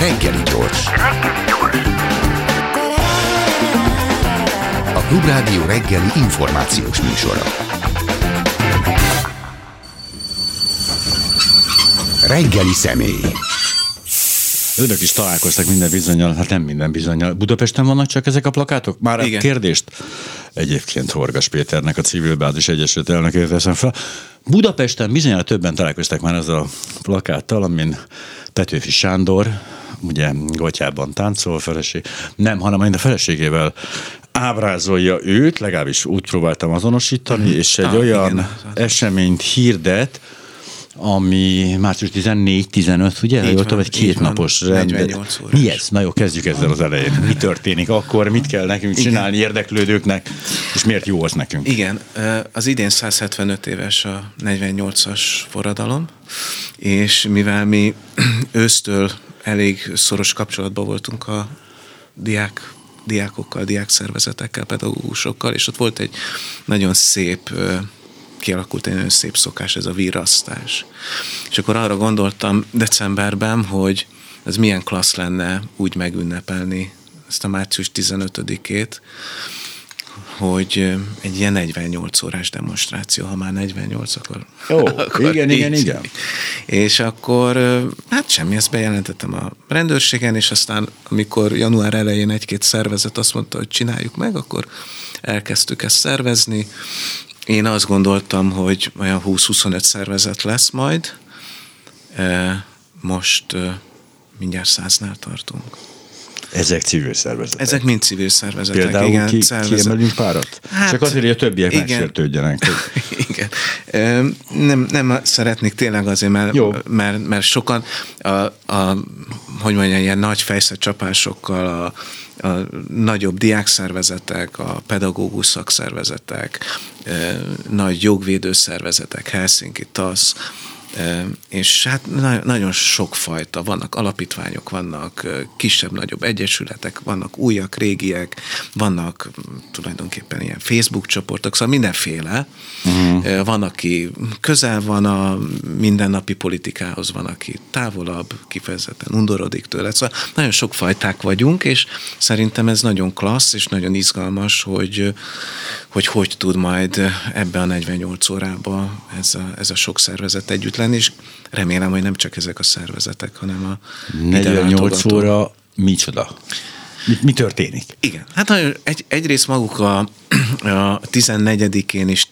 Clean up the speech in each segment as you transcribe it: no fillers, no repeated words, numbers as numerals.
Reggeli gyors. A Klubrádió reggeli információs műsora. Reggeli személy. Önök is találkoztak minden bizonnyal, hát nem minden bizonnyal. Budapesten vannak csak ezek a plakátok? Már igen. A kérdést egyébként Horgas Péternek, a Civil Bázis Egyesület elnökét teszem fel. Budapesten bizonnyal többen találkoztak már ezzel a plakáttal, amin Petőfi Sándor, ugye gatyában táncol feleség, nem, hanem a feleségével ábrázolja őt, legalábbis úgy próbáltam azonosítani, és egy olyan eseményt hirdet, ami március 14-15, ugye? Ott egy kétnapos rend. Mi ez? Na jó, kezdjük ezzel az elején. Mi történik akkor? Mit kell nekünk csinálni érdeklődőknek? És miért jó az nekünk? Igen, az idén 175 éves a 48-as forradalom, és mivel mi ősztől elég szoros kapcsolatban voltunk a diákokkal, diákszervezetekkel, pedagógusokkal, és ott volt egy nagyon szép kialakult egy nagyon szép szokás, ez a virrasztás. És akkor arra gondoltam decemberben, hogy ez milyen klassz lenne úgy megünnepelni ezt a március 15-ét, hogy egy ilyen 48 órás demonstráció, ha már 48, akkor... Igen. És akkor, hát semmi, ezt bejelentettem a rendőrségen, és aztán, amikor január elején egy-két szervezet azt mondta, hogy csináljuk meg, akkor elkezdtük ezt szervezni. Én azt gondoltam, hogy olyan 20-25 szervezet lesz majd. Most mindjárt 100-nál tartunk. Ezek civil szervezetek? Ezek mind civil szervezetek. Például igen, kiemelünk párat? Hát, csak azért, hogy a többiek megsértődjenek. Igen. Nem szeretnék tényleg azért, mert sokan hogy mondjam, ilyen nagy fejszecsapásokkal a nagyobb diákszervezetek, a pedagógus szakszervezetek, nagy jogvédő szervezetek, Helsinki TASZ, és hát nagyon sokfajta, vannak alapítványok, vannak kisebb-nagyobb egyesületek, vannak újak, régiek, vannak tulajdonképpen ilyen Facebook csoportok, szóval mindenféle. Van, aki közel van a mindennapi politikához, van, aki távolabb, kifejezetten undorodik tőle. Szóval nagyon sokfajták vagyunk, és szerintem ez nagyon klassz, és nagyon izgalmas, hogy tud majd ebbe a 48 órába ez a sok szervezet együtt lenni, és remélem, hogy nem csak ezek a szervezetek, hanem a 48 óra micsoda? Mi történik? Igen. Hát egyrészt maguk a 14-én és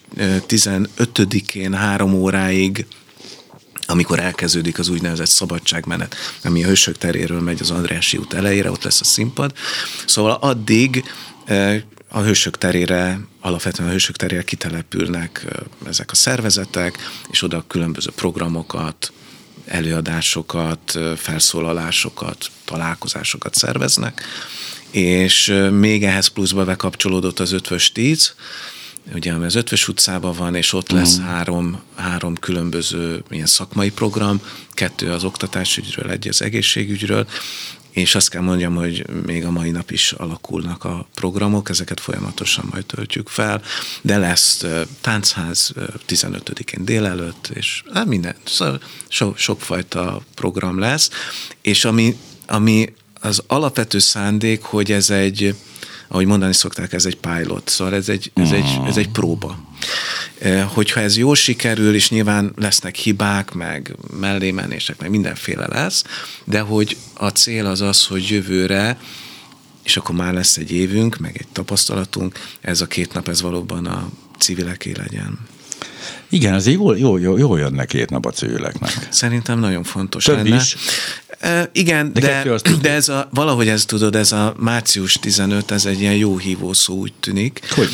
15-én 3 óráig, amikor elkezdődik az úgynevezett szabadságmenet, ami a Hősök teréről megy az Andrássy út elejére, ott lesz a színpad. Szóval addig a Hősök terére, alapvetően a Hősök terére kitelepülnek ezek a szervezetek, és oda különböző programokat, előadásokat, felszólalásokat, találkozásokat szerveznek, és még ehhez pluszba bekapcsolódott az Ötvös 10, ugye, ami az Ötvös utcában van, és ott lesz három különböző ilyen szakmai program, 2 az oktatásügyről, 1 az egészségügyről, és azt kell mondjam, hogy még a mai nap is alakulnak a programok, ezeket folyamatosan majd töltjük fel, de lesz táncház 15-én délelőtt, és minden, szóval sokfajta program lesz, és ami az alapvető szándék, hogy ez egy, ahogy mondani szokták, ez egy pilot, szóval ez egy próba. Hogyha ez jól sikerül, és nyilván lesznek hibák, meg mellémenések, meg mindenféle lesz, de hogy a cél az, hogy jövőre, és akkor már lesz egy évünk, meg egy tapasztalatunk, ez a 2 nap, ez valóban a civileké legyen. Igen, azért jól jönnek 2 nap a civileknek. Szerintem nagyon fontos több lenne. Is. Igen, de ez valahogy ez tudod, ez a március 15, ez egy ilyen jó hívószó, úgy tűnik. Hogy?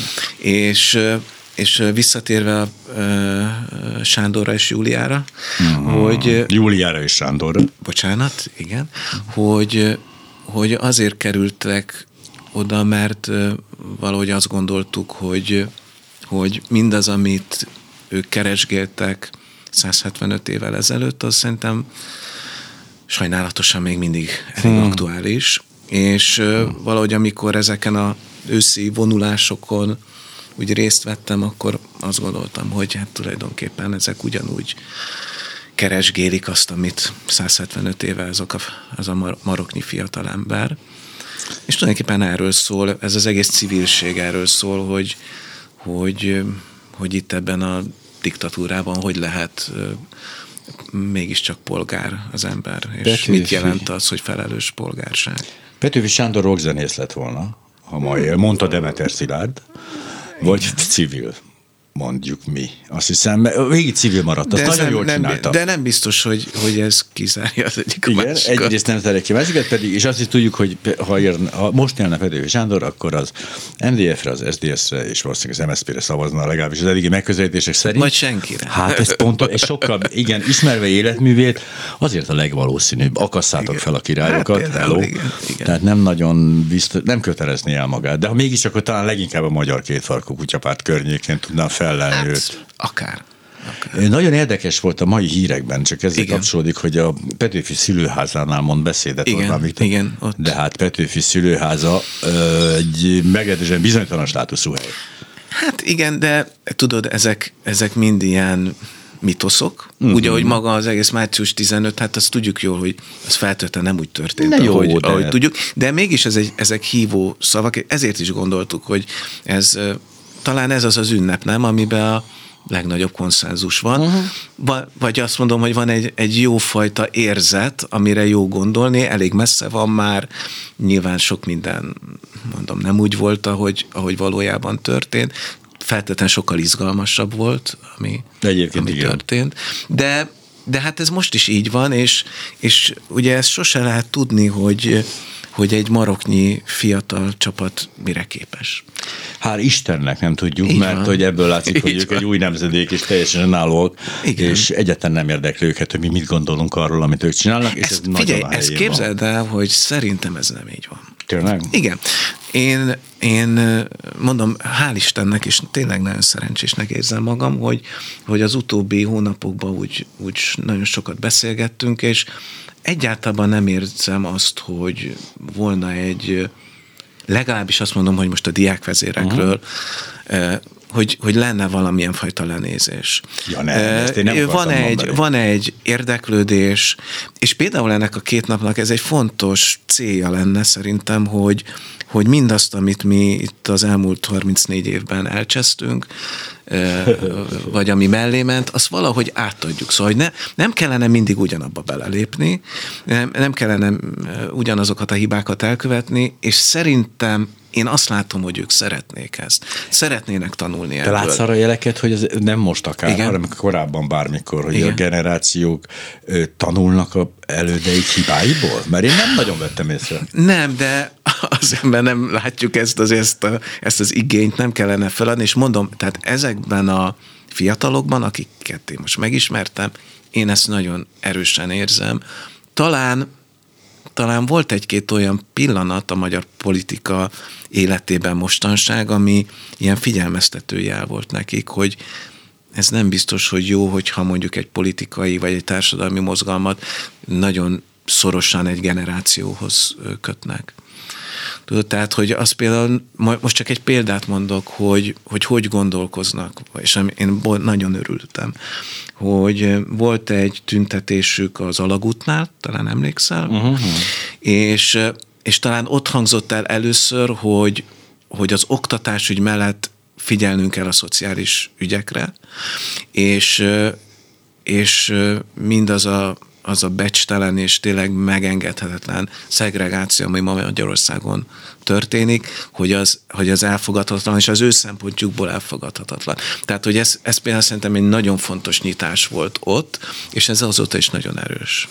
És visszatérve a Sándorra és Júliára, hogy... Júliára és Sándorra. Bocsánat, igen. Hogy azért kerültek oda, mert valahogy azt gondoltuk, hogy mindaz, amit ők keresgéltek 175 évvel ezelőtt, az szerintem sajnálatosan még mindig elég aktuális. És valahogy amikor ezeken az őszi vonulásokon úgy részt vettem, akkor azt gondoltam, hogy hát tulajdonképpen ezek ugyanúgy keresgélik azt, amit 175 éve ez a maroknyi fiatalember. És tulajdonképpen erről szól, ez az egész civilség erről szól, hogy itt ebben a diktatúrában hogy lehet mégiscsak polgár az ember, és Petőfi. Mit jelent az, hogy felelős polgárság? Petőfi Sándor rockzenész lett volna, ha ma él, mondta Demeter Szilárd, vagy civil, mondjuk mi. Azt hiszem, végig civil maradt, azt nagyon jól csinálta. De nem biztos, hogy ez kizárja az egyik a másikat. Egyrészt nem zárja ki másikat, pedig, és azt is tudjuk, hogy ha most élne Petőfi Sándor, akkor az MDF-re, az SZDSZ-re és valószínűleg az MSZP-re szavazna legalábbis az eddigi megközelítések szerint. Majd senkire. Hát ez pont, és sokkal, igen, ismerve életművét, azért a legvalószínűbb. Akasszátok fel a királyokat, hát, hello. Igen. Tehát nem nagyon biztos, nem kötelezné el magát, de ha mégis, akkor talán leginkább a magyar kétfarkú kutyapárt környékén tudnám fellelni őt. Akár. Nagyon érdekes volt a mai hírekben, csak ezzel kapcsolódik, hogy a Petőfi szülőházánál mond beszédet. Igen, ott. De hát Petőfi szülőháza egy meglehetősen bizonytalan státuszú hely. Hát igen, de tudod, ezek mind ilyen mitoszok. Ugye, hogy maga az egész március 15, hát azt tudjuk jól, hogy az feltétlenül nem úgy történt, ahogy tudjuk. De mégis ezek hívó szavak, ezért is gondoltuk, hogy talán ez az ünnep, nem, amiben a legnagyobb konszenzus van. Vagy azt mondom, hogy van egy jófajta érzet, amire jó gondolni, elég messze van már, nyilván sok minden, mondom, nem úgy volt, ahogy valójában történt, feltétlenül sokkal izgalmasabb volt, ami történt. De hát ez most is így van, és ugye ezt sose lehet tudni, hogy egy maroknyi fiatal csapat mire képes. Hál' Istennek nem tudjuk, így mert van. Hogy ebből látszik, hogy ők egy új nemzedék, és teljesen önállóak, és egyáltalán nem érdekli őket, hogy mi mit gondolunk arról, amit ők csinálnak, és ez nagyon a helyén ezt képzeld el, hogy szerintem ez nem így van. Tényleg? Igen. Én mondom, hál' Istennek, és tényleg nagyon szerencsésnek érzem magam, hogy az utóbbi hónapokban úgy nagyon sokat beszélgettünk, és egyáltalán nem érzem azt, hogy volna legalábbis azt mondom, hogy most a diákvezérekről, hogy lenne valamilyen fajta lenézés. Ja, ezt én nem van egy érdeklődés, és például ennek a 2 napnak ez egy fontos célja lenne szerintem, hogy mindazt, amit mi itt az elmúlt 34 évben elcsesztünk, vagy ami mellé ment, azt valahogy átadjuk. Szóval, hogy nem kellene mindig ugyanabba belelépni, nem kellene ugyanazokat a hibákat elkövetni, és szerintem én azt látom, hogy ők szeretnék ezt. Szeretnének tanulni ebből. Te látsz arra jeleket, hogy ez nem most akár, hanem korábban bármikor, hogy a generációk tanulnak a elődeik hibáiból? Mert én nem nagyon vettem észre. Nem, de azért, mert nem látjuk ezt az igényt, nem kellene feladni, és mondom, tehát ezekben a fiatalokban, akiket én most megismertem, én ezt nagyon erősen érzem. Talán volt egy-két olyan pillanat a magyar politika életében mostanság, ami ilyen figyelmeztető jel volt nekik, hogy ez nem biztos, hogy jó, hogyha mondjuk egy politikai vagy egy társadalmi mozgalmat nagyon szorosan egy generációhoz kötnek. Tudod, tehát, hogy az például, most csak egy példát mondok, hogy gondolkoznak, és én nagyon örültem, hogy volt egy tüntetésük az Alagútnál, talán emlékszel, és talán ott hangzott el először, hogy az oktatásügy mellett figyelnünk kell a szociális ügyekre, és mindaz az a becstelen és tényleg megengedhetetlen szegregáció, ami ma Magyarországon történik, hogy az elfogadhatatlan, és az ő szempontjukból elfogadhatatlan. Tehát, hogy ez például szerintem egy nagyon fontos nyitás volt ott, és ez azóta is nagyon erős.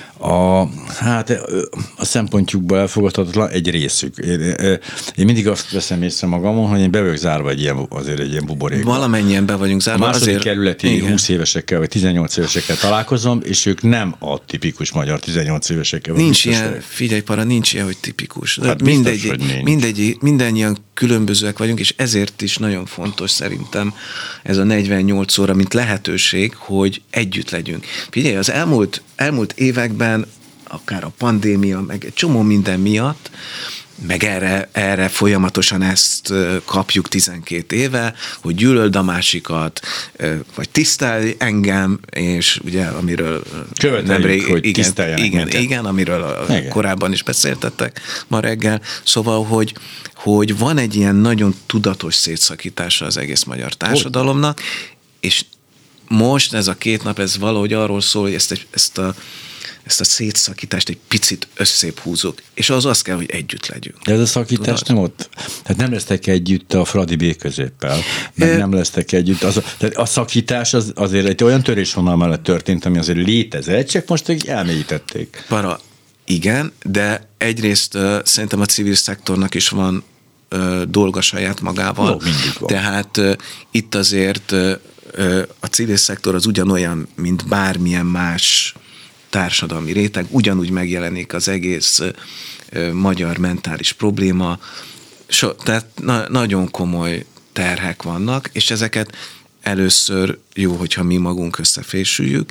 A szempontjukból elfogadhatatlan egy részük. Én mindig azt veszem észre magamon, hogy én be vagyok zárva egy ilyen buborékba. Valamennyien be vagyunk zárva. A második kerületi 20 évesekkel vagy 18 évesekkel találkozom, és ők nem a tipikus magyar 18 évesekkel. Nincs ilyen, figyelj para, nincs ilyen, hogy tipikus. Hát mindannyian különbözőek vagyunk, és ezért is nagyon fontos szerintem ez a 48 óra, mint lehetőség, hogy együtt legyünk. Figyelj, az elmúlt években, akár a pandémia, meg egy csomó minden miatt meg erre folyamatosan ezt kapjuk 12 éve, hogy gyűlöld a másikat, vagy tisztelj engem, és ugye, amiről követeljük, hogy tiszteljenek. Igen, amiről korábban is beszéltettek ma reggel. Szóval, hogy van egy ilyen nagyon tudatos szétszakítása az egész magyar társadalomnak, és most ez a 2 nap, ez valahogy arról szól, hogy ezt a szétszakítást egy picit összébb húzzuk, és az kell, hogy együtt legyünk. De ez a szakítás nem ott? Tehát nem lesztek együtt a Fradi B-középpel, meg nem lesztek együtt. Tehát a szakítás azért egy olyan törésvonal mellett történt, ami azért létezett, csak most elmélyítették. Igen, de egyrészt szerintem a civil szektornak is van dolga saját magával. Tehát itt azért a civil szektor az ugyanolyan, mint bármilyen más társadalmi réteg, ugyanúgy megjelenik az egész magyar mentális probléma. Tehát nagyon komoly terhek vannak, és ezeket először jó, hogyha mi magunk összefésüljük,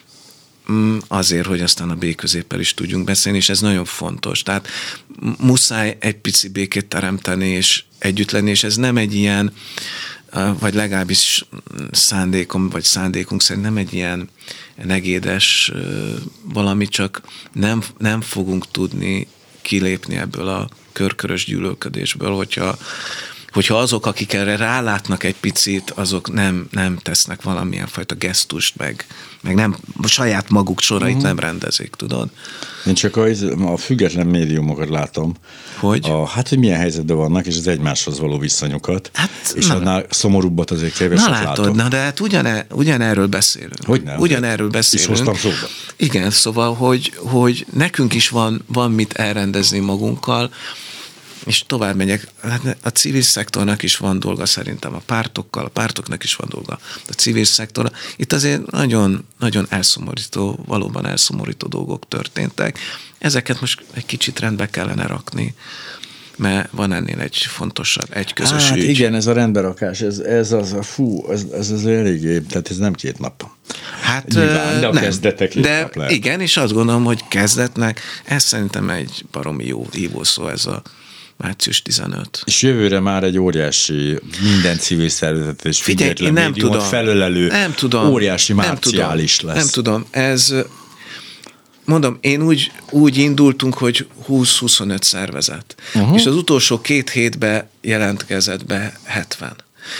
azért, hogy aztán a B-középpel is tudjunk beszélni, és ez nagyon fontos. Tehát muszáj egy pici békét teremteni, és együtt lenni, és ez nem egy ilyen, vagy legalábbis szándékunk szerint nem egy ilyen negédes valami, csak nem fogunk tudni kilépni ebből a körkörös gyűlölködésből, hogyha azok, akik erre rálátnak egy picit, azok nem tesznek valamilyen fajta gesztust, meg nem, saját maguk sorait nem rendezik, tudod? Én csak a független médiumokat látom, hogy milyen helyzetben vannak, és az egymáshoz való viszonyukat, és annál szomorúbbat azért keveset látom. De hát ugyanerről beszélünk. Ugyanerről beszélünk. És hoztam szóba. Igen, szóval, hogy nekünk is van mit elrendezni magunkkal, és tovább megyek, hát a civil szektornak is van dolga szerintem a pártokkal, a pártoknak is van dolga a civil szektorra. Itt azért nagyon, nagyon valóban elszomorító dolgok történtek. Ezeket most egy kicsit rendbe kellene rakni, mert van ennél egy fontosabb, egy közös ügy. Igen, ez a rendberakás, ez az eléggé, tehát ez nem 2 nap. Nyilván, de a kezdetek 2 nap lehet. Igen, és azt gondolom, hogy kezdetnek, ez szerintem egy baromi jó hívószó, ez a március 15. És jövőre már egy óriási, minden civil szervezet és független médiumot felölelő, óriási márciális lesz. Nem tudom, ez, mondom, én úgy indultunk, hogy 20-25 szervezet, és az utolsó 2 hétben jelentkezett be 70.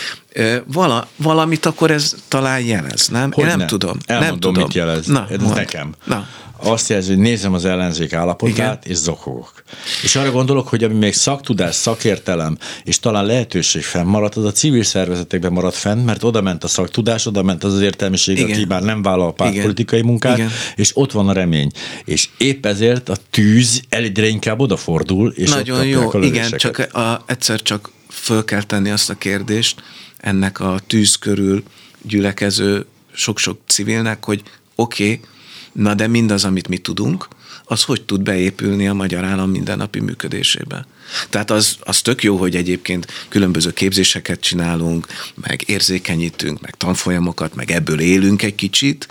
Valamit akkor ez talán jelez, nem? Hogy én nem tudom. Elmondom, mit jelez. Ez nekem. Azt jelzi, hogy nézem az ellenzék állapotát, és zokogok. És arra gondolok, hogy ami még szaktudás, szakértelem, és talán lehetőség fennmaradt, az a civil szervezetekben maradt fenn, mert oda ment a szaktudás, oda ment az az értelmiség, aki már nem vállal pártpolitikai munkát, és ott van a remény. És épp ezért a tűz egyre inkább odafordul, és nagyon jó, igen, csak egyszer csak föl kell tenni azt a kérdést ennek a tűz körül gyülekező sok-sok civilnek, hogy oké, na de mindaz, amit mi tudunk, az hogy tud beépülni a magyar állam mindennapi működésébe. Tehát az tök jó, hogy egyébként különböző képzéseket csinálunk, meg érzékenyítünk, meg tanfolyamokat, meg ebből élünk egy kicsit.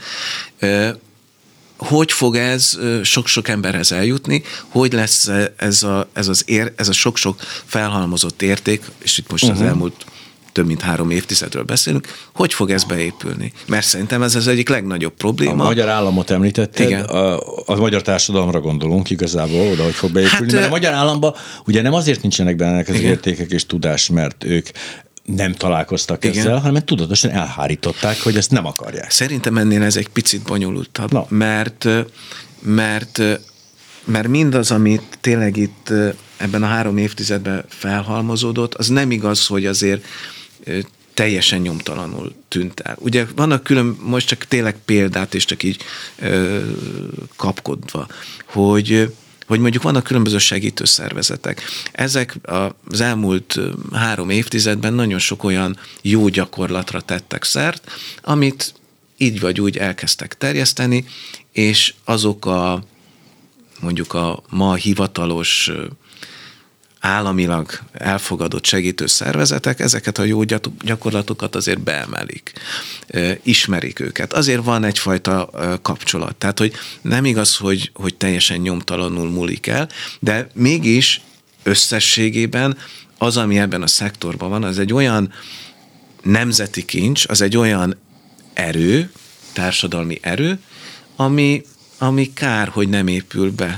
Hogy fog ez sok-sok emberhez eljutni? Hogy lesz ez a sok-sok felhalmozott érték, és itt most az elmúlt több mint 3 évtizedről beszélünk, hogy fog ez beépülni? Mert szerintem ez az egyik legnagyobb probléma. A magyar államot említetted, a magyar társadalomra gondolunk igazából oda, hogy fog beépülni, mert a magyar államban ugye nem azért nincsenek benne az értékek és tudás, mert ők nem találkoztak ezzel, hanem tudatosan elhárították, hogy ezt nem akarják. Szerintem ennél ez egy picit bonyolultabb, mert mindaz, amit tényleg itt ebben a 3 évtizedben felhalmozódott, az nem igaz, hogy azért teljesen nyomtalanul tűnt el. Ugye vannak most csak tényleg példát, és csak így kapkodva, hogy mondjuk vannak különböző segítőszervezetek. Ezek az elmúlt 3 évtizedben nagyon sok olyan jó gyakorlatra tettek szert, amit így vagy úgy elkezdtek terjeszteni, és azok mondjuk a ma hivatalos államilag elfogadott segítő szervezetek ezeket a jó gyakorlatokat azért beemelik, ismerik őket. Azért van egyfajta kapcsolat. Tehát, hogy nem igaz, hogy teljesen nyomtalanul múlik el, de mégis összességében az, ami ebben a szektorban van, az egy olyan nemzeti kincs, az egy olyan erő, társadalmi erő, ami kár, hogy nem épül be.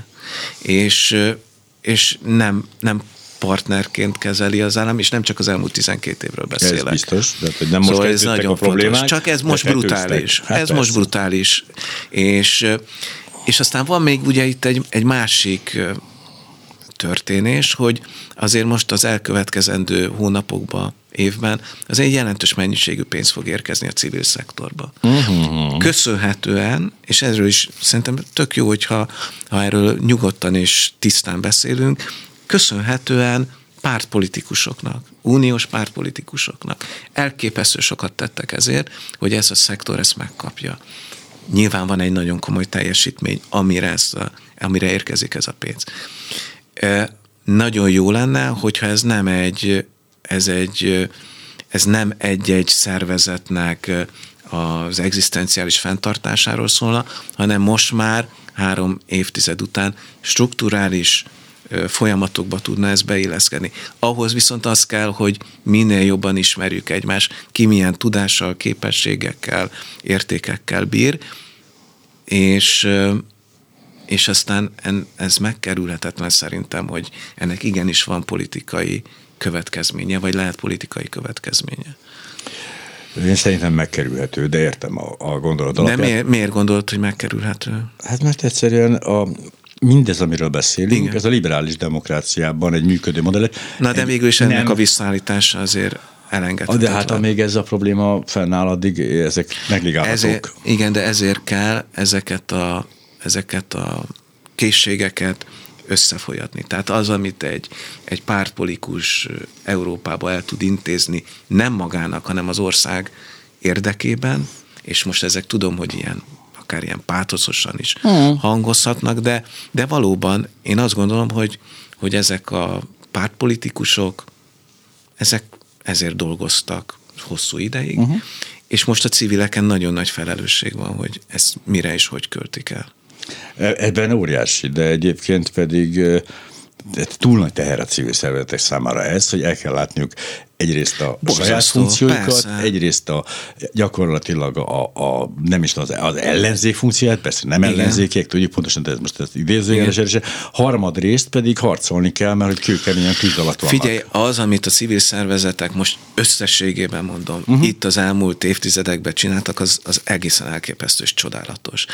És nem partnerként kezeli az állam, és nem csak az elmúlt 12 évről beszélek. Ez biztos, de hogy nem most ez nagyon a problémák. Fontos. Csak ez most brutális. Ez most brutális. És aztán van még ugye itt egy másik történés, hogy azért most az elkövetkezendő hónapokban, évben az egy jelentős mennyiségű pénz fog érkezni a civil szektorba. Köszönhetően, és erről is szerintem tök jó, hogyha erről nyugodtan és tisztán beszélünk, köszönhetően pártpolitikusoknak, uniós pártpolitikusoknak. Elképesztő sokat tettek ezért, hogy ez a szektor ezt megkapja. Nyilván van egy nagyon komoly teljesítmény, amire érkezik ez a pénz. Nagyon jó lenne, hogyha ez nem egy-egy szervezetnek az egzisztenciális fenntartásáról szólna, hanem most már 3 évtized után strukturális folyamatokba tudna ez beilleszkedni. Ahhoz viszont az kell, hogy minél jobban ismerjük egymást, ki milyen tudással, képességekkel, értékekkel bír, és aztán ez megkerülhetetlen szerintem, hogy ennek igenis van politikai következménye, vagy lehet politikai következménye. Én szerintem megkerülhető, de értem a gondolat alapján. De miért gondolod, hogy megkerülhető? Hát mert egyszerűen mindez, amiről beszélünk, igen, ez a liberális demokráciában egy működő modell. Na de végül is ennek a visszaállítása azért elengedhetetlen. De hát amíg ez a probléma fennáll, addig ezek megligálhatók. Igen, de ezért kell ezeket a készségeket összefolyatni. Tehát az, amit egy pártpolitikus Európába el tud intézni, nem magának, hanem az ország érdekében, és most ezek tudom, hogy akár ilyen pátoszosan is hangozhatnak, de valóban én azt gondolom, hogy ezek a pártpolitikusok, ezek ezért dolgoztak hosszú ideig, és most a civileken nagyon nagy felelősség van, hogy ezt mire és hogy költik el. Ebben óriási, de egyébként pedig túl nagy teher a civil szervezetek számára ez, hogy el kell látniuk egyrészt a saját funkcióikat, persze. Egyrészt gyakorlatilag nem is az ellenzék funkcióját, persze nem ellenzékiek, tudjuk pontosan, de ez most az idézőjeles, harmadrészt pedig harcolni kell, mert hogy kőkeményen tűz alatt vannak. Figyelj, az, amit a civil szervezetek most összességében mondom, itt az elmúlt évtizedekben csináltak, az egészen elképesztő és csodálatos.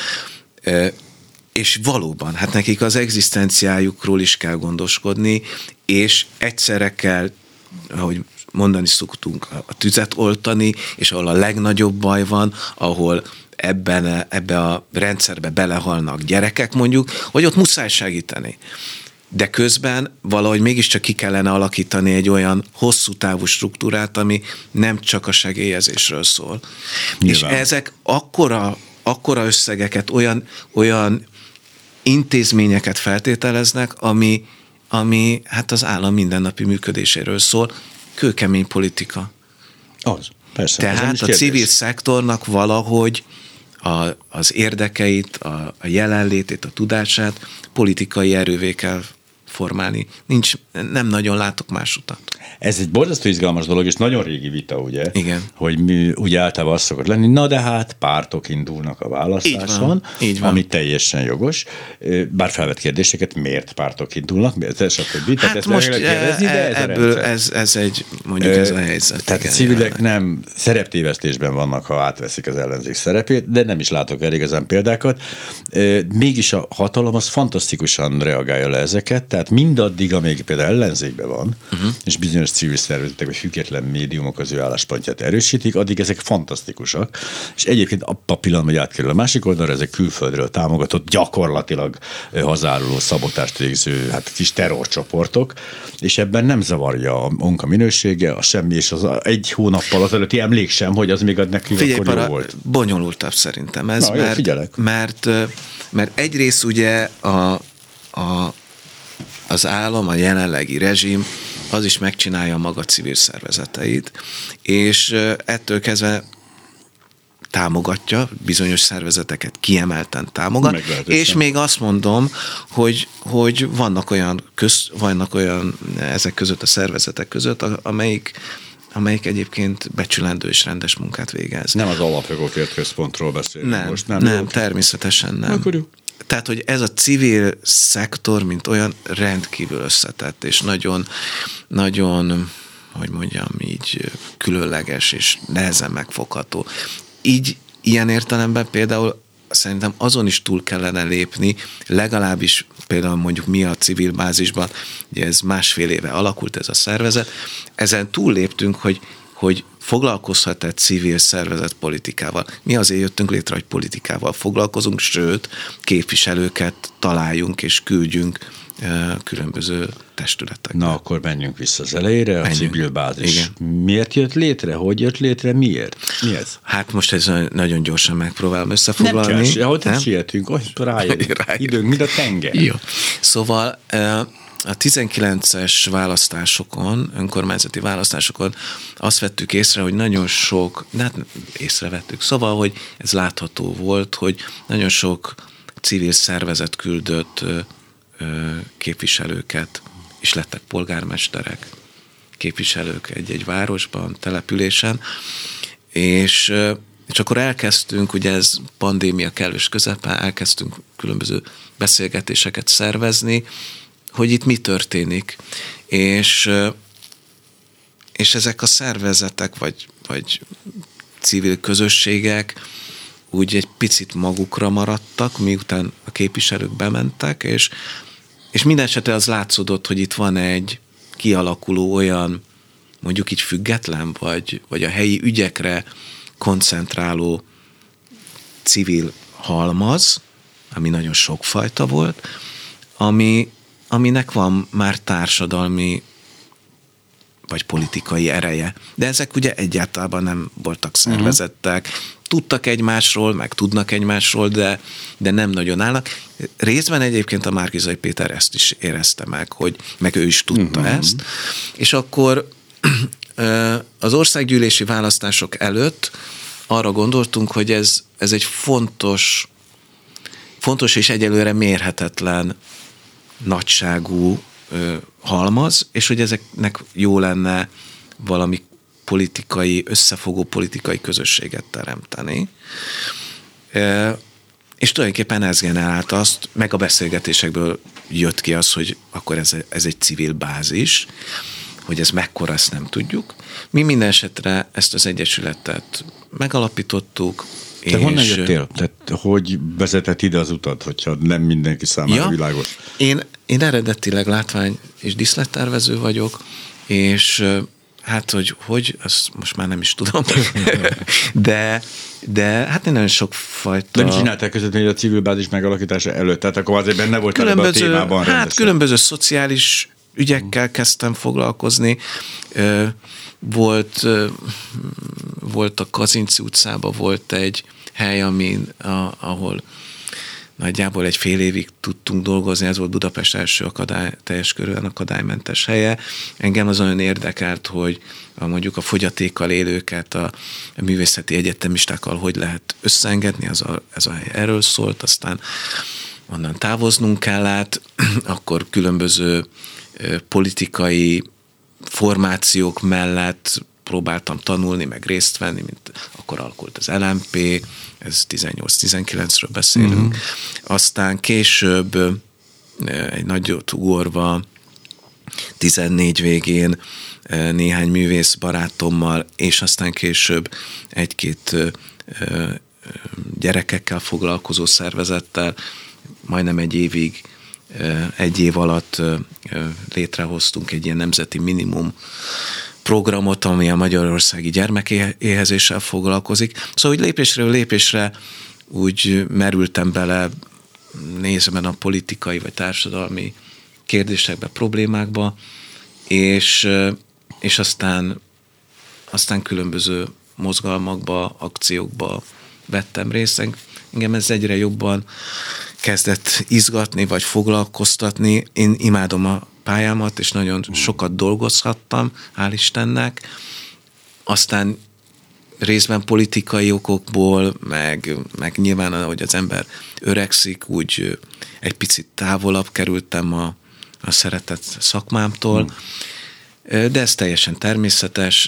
És valóban, hát nekik az egzisztenciájukról is kell gondoskodni, és egyszerre kell, ahogy mondani szoktunk, a tüzet oltani, és ahol a legnagyobb baj van, ahol ebbe a rendszerbe belehalnak gyerekek mondjuk, hogy ott muszáj segíteni. De közben valahogy mégiscsak ki kellene alakítani egy olyan hosszú távú struktúrát, ami nem csak a segélyezésről szól. Nyilván. És ezek akkora összegeket, olyan intézményeket feltételeznek, ami hát az állam mindennapi működéséről szól, kőkemény politika. Az, persze. Tehát a civil szektornak valahogy az érdekeit, a jelenlétét, a tudását politikai erővé kell formálni. Nem nagyon látok más utat. Ez egy borzasztó izgalmas dolog, és nagyon régi vita, ugye? Igen. Hogy ugye általában az szokott lenni, na de hát pártok indulnak a választáson, így van. Ami teljesen jogos, bár felvet kérdéseket, miért pártok indulnak, stb. Hát ezt most kérdezni, de ebből ez egy, mondjuk ez a helyzet. Tehát igen, a civilek nem szereptévesztésben vannak, ha átveszik az ellenzék szerepét, de nem is látok el igazán példákat. Mégis a hatalom az fantasztikusan reagálja le ezeket, tehát mindaddig, amíg például ellenzékben van, és bizonyos civil szervezetek vagy független médiumok az ő álláspontját erősítik, addig ezek fantasztikusak, és egyébként a pillanatban, hogy átkerül a másik oldalra, ezek külföldről támogatott, gyakorlatilag hazáruló szabotást végző kis terrorcsoportok, és ebben nem zavarja a munka minősége, a semmi, és az egy hónappal azelőtti emlék sem, hogy az még nekünk akkor jó volt. Bonyolultabb szerintem ez, mert egyrészt ugye az állam, a jelenlegi rezsim, az is megcsinálja maga civil szervezeteit, és ettől kezdve támogatja, bizonyos szervezeteket kiemelten támogat, és még azt mondom, hogy vannak olyan ezek között a szervezetek között, amelyik egyébként becsülendő és rendes munkát végez. Nem az Alapjogokért Központról beszélünk most, nem? Nem, természetesen nem. Akkor jó. Tehát, hogy ez a civil szektor, mint olyan rendkívül összetett, és nagyon, nagyon, hogy mondjam így, különleges és nehezen megfogható. Így ilyen értelemben például szerintem azon is túl kellene lépni, legalábbis például mondjuk mi a civil bázisban, ugye ez 1,5 éve alakult ez a szervezet, ezen túl léptünk, hogy foglalkozhat egy civil szervezet politikával. Mi azért jöttünk létre, hogy politikával foglalkozunk, sőt, képviselőket találjunk és küldjünk különböző testületeknek. Na, akkor menjünk vissza az elejére, a civil bázis. Igen. Miért jött létre? Hogy jött létre? Miért? Mi ez? Hát most ez nagyon gyorsan megpróbálom összefoglalni. Nem kell, ahogy sietünk, rájövünk. Időnk, mint a tenger. Jó. Szóval a 19-es választásokon, önkormányzati választásokon azt vettük észre, hogy nagyon sok, észrevettük, szóval, hogy ez látható volt, hogy nagyon sok civil szervezet küldött képviselőket, és lettek polgármesterek, képviselők egy-egy városban, településen, és akkor elkezdtünk, ugye ez pandémia kellős közepén, elkezdtünk különböző beszélgetéseket szervezni, hogy itt mi történik, és ezek a szervezetek, vagy civil közösségek úgy egy picit magukra maradtak, miután a képviselők bementek, és minden esetre az látszódott, hogy itt van egy kialakuló olyan, mondjuk így független, vagy a helyi ügyekre koncentráló civil halmaz, ami nagyon sokfajta volt, aminek van már társadalmi vagy politikai ereje. De ezek ugye egyáltalán nem voltak szervezettek, tudtak egymásról, meg tudnak egymásról, de nem nagyon állnak. Részben egyébként a Márki-Zay Péter ezt is érezte meg ő is tudta ezt. És akkor az országgyűlési választások előtt arra gondoltunk, hogy ez egy fontos és egyelőre mérhetetlen nagyságú halmaz, és hogy ezeknek jó lenne valami összefogó politikai közösséget teremteni. És tulajdonképpen ez generált azt, meg a beszélgetésekből jött ki az, hogy akkor ez egy civil bázis, hogy ez mekkora, ezt nem tudjuk. Mi minden esetre ezt az egyesületet megalapítottuk. Te honnan jöttél? Tehát hogy vezetett ide az utat, hogyha nem mindenki számára világos? Én eredetileg látvány- és díszlettervező vagyok, és hát, hogy azt most már nem is tudom, de hát én nagyon sokfajta... De mit csináltál között a civil bázis megalakítása előtt? Tehát akkor azért benne voltál ebben a témában rendesen. Hát különböző szociális ügyekkel kezdtem foglalkozni. Volt a Kazinczy utcában volt egy hely, ahol nagyjából egy fél évig tudtunk dolgozni, ez volt Budapest első teljes körülön akadálymentes helye. Engem az olyan érdekelt, hogy mondjuk a fogyatékkal élőket a művészeti egyetemistákkal hogy lehet összeengedni, ez a hely erről szólt, aztán onnan távoznunk kellett, akkor különböző politikai formációk mellett próbáltam tanulni, meg részt venni, mint akkor alakult az LMP, ez 18-19-ről beszélünk. Aztán később egy nagyot ugorva 14 végén néhány művész barátommal, és aztán később egy-két gyerekekkel foglalkozó szervezettel majdnem egy év alatt létrehoztunk egy ilyen nemzeti minimum programot, ami a magyarországi gyermekéhezéssel foglalkozik. Szóval úgy lépésről lépésre úgy merültem bele nézve a politikai vagy társadalmi kérdésekbe, problémákba, és aztán különböző mozgalmakba, akciókba vettem részt. Engem ez egyre jobban kezdett izgatni, vagy foglalkoztatni. Én imádom a pályámat, és nagyon sokat dolgozhattam, hál' Istennek. Aztán részben politikai okokból, meg nyilván, ahogy az ember öregszik, úgy egy picit távolabb kerültem a szeretett szakmámtól, de ez teljesen természetes,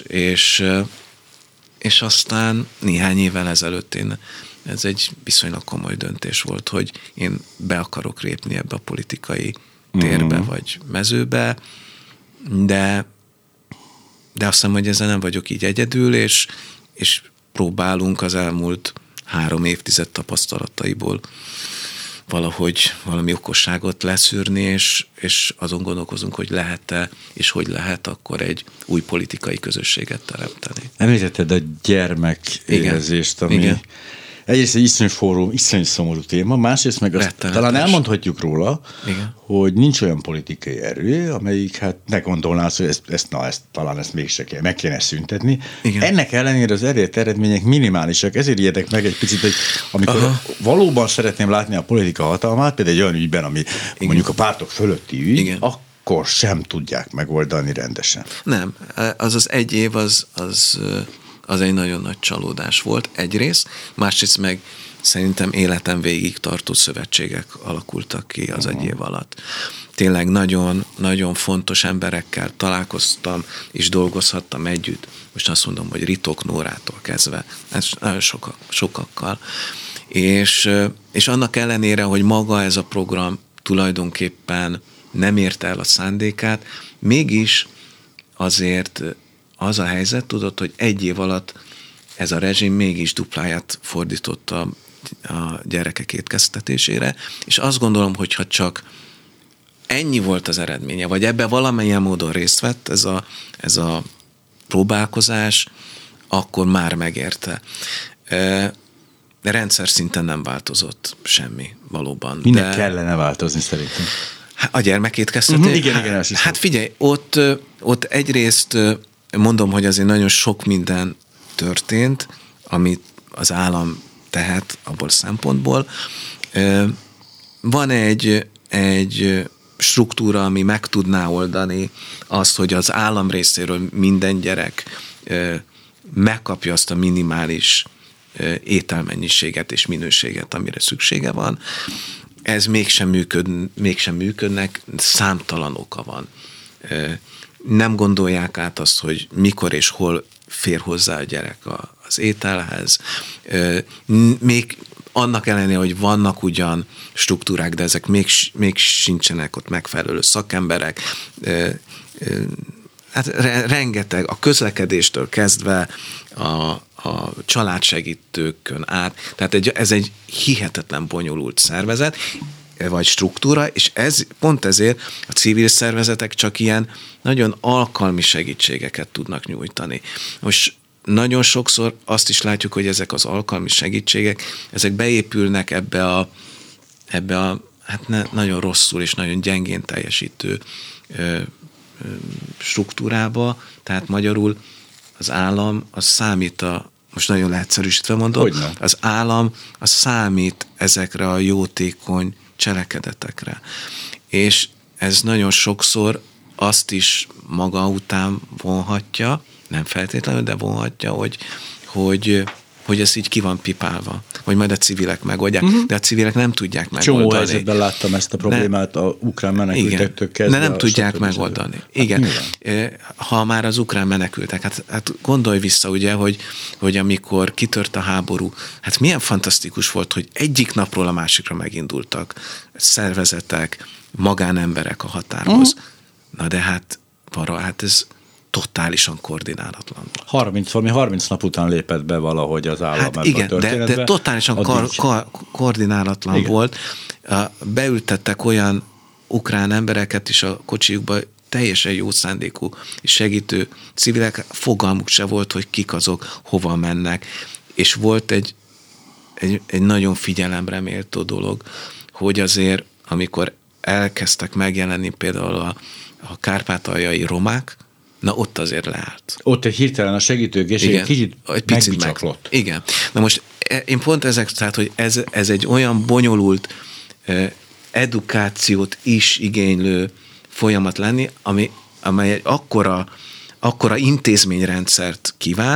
és aztán néhány évvel ezelőtt ez egy viszonylag komoly döntés volt, hogy én be akarok lépni ebbe a politikai térbe, vagy mezőbe, de azt hiszem, hogy ezzel nem vagyok így egyedül, és próbálunk az elmúlt 3 évtized tapasztalataiból valahogy valami okosságot leszűrni, és azon gondolkozunk, hogy lehet-e, és hogy lehet akkor egy új politikai közösséget teremteni. Említetted a gyermekéhezést, ami igen. Egyrészt egy iszonyú forró, iszonyú szomorú téma, másrészt meg azt talán elmondhatjuk róla, igen. hogy nincs olyan politikai erő, amelyik hát ne gondolnász, hogy talán ezt mégse kell, meg kéne szüntetni. Igen. Ennek ellenére az elért eredmények minimálisak, ezért ijedek meg egy picit, hogy amikor valóban szeretném látni a politika hatalmát, például egy olyan ügyben, ami igen. mondjuk a pártok fölötti ügy, igen. akkor sem tudják megoldani rendesen. Nem, az 1 év az egy nagyon nagy csalódás volt egyrészt, másrészt meg szerintem életem végig tartó szövetségek alakultak ki az 1 év alatt. Tényleg nagyon, nagyon fontos emberekkel találkoztam, és dolgozhattam együtt. Most azt mondom, hogy Ritok Nórától kezdve, ez nagyon sokakkal. És annak ellenére, hogy maga ez a program tulajdonképpen nem érte el a szándékát, mégis azért az a helyzet, tudod, hogy 1 év alatt ez a rezsim mégis dupláját fordította a gyerekek étkeztetésére, és azt gondolom, hogy ha csak ennyi volt az eredménye, vagy ebbe valamilyen módon részt vett ez a próbálkozás, akkor már megérte. De rendszer szinten nem változott semmi valóban. Minek kellene változni szerintem? A gyermekétkeztetés? Igen. Hát figyelj, ott egyrészt mondom, hogy azért nagyon sok minden történt, amit az állam tehet abból szempontból. Van egy struktúra, ami meg tudná oldani azt, hogy az állam részéről minden gyerek megkapja azt a minimális ételmennyiséget és minőséget, amire szüksége van. Ez mégsem működnek, számtalan oka van. Nem gondolják át azt, hogy mikor és hol fér hozzá a gyerek az ételhez. Még annak ellenére, hogy vannak ugyan struktúrák, de ezek még sincsenek ott megfelelő szakemberek. Hát rengeteg, a közlekedéstől kezdve a családsegítőkön át. Tehát ez egy hihetetlen bonyolult szervezet, vagy struktúra, és pont ezért a civil szervezetek csak ilyen nagyon alkalmi segítségeket tudnak nyújtani. Most nagyon sokszor azt is látjuk, hogy ezek az alkalmi segítségek, ezek beépülnek ebbe a hát nagyon rosszul és nagyon gyengén teljesítő struktúrába, tehát magyarul az állam az számít most nagyon leegyszerűsítve mondom, hogyne? Az állam az számít ezekre a jótékony cselekedetekre. És ez nagyon sokszor azt is maga után vonhatja, nem feltétlenül, de vonhatja, hogy ez így ki van pipálva, hogy majd a civilek megoldják, de a civilek nem tudják megoldani. Csomó helyzetben láttam ezt a problémát a ukrán menekültektől kezdve. De nem tudják megoldani. Igen. Ha már az ukrán menekültek, hát gondolj vissza ugye, hogy amikor kitört a háború, hát milyen fantasztikus volt, hogy egyik napról a másikra megindultak szervezetek, magánemberek a határhoz. Na de hát ez totálisan koordinálatlan volt. 30 nap után lépett be valahogy az állam ebbe igen, a történetbe. De totálisan koordinálatlan volt. Beültettek olyan ukrán embereket is a kocsijukba, teljesen jó szándékú és segítő civilek, fogalmuk se volt, hogy kik azok, hova mennek. És volt egy nagyon figyelemre méltó dolog, hogy azért, amikor elkezdtek megjelenni például a kárpátaljai romák, na ott azért leállt. Ott egy hirtelen a segítőkészség egy kicsit megbicsaklott. Igen. Na most én pont tehát, hogy ez egy olyan bonyolult edukációt is igénylő folyamat lenni, amely egy akkora intézményrendszert kíván,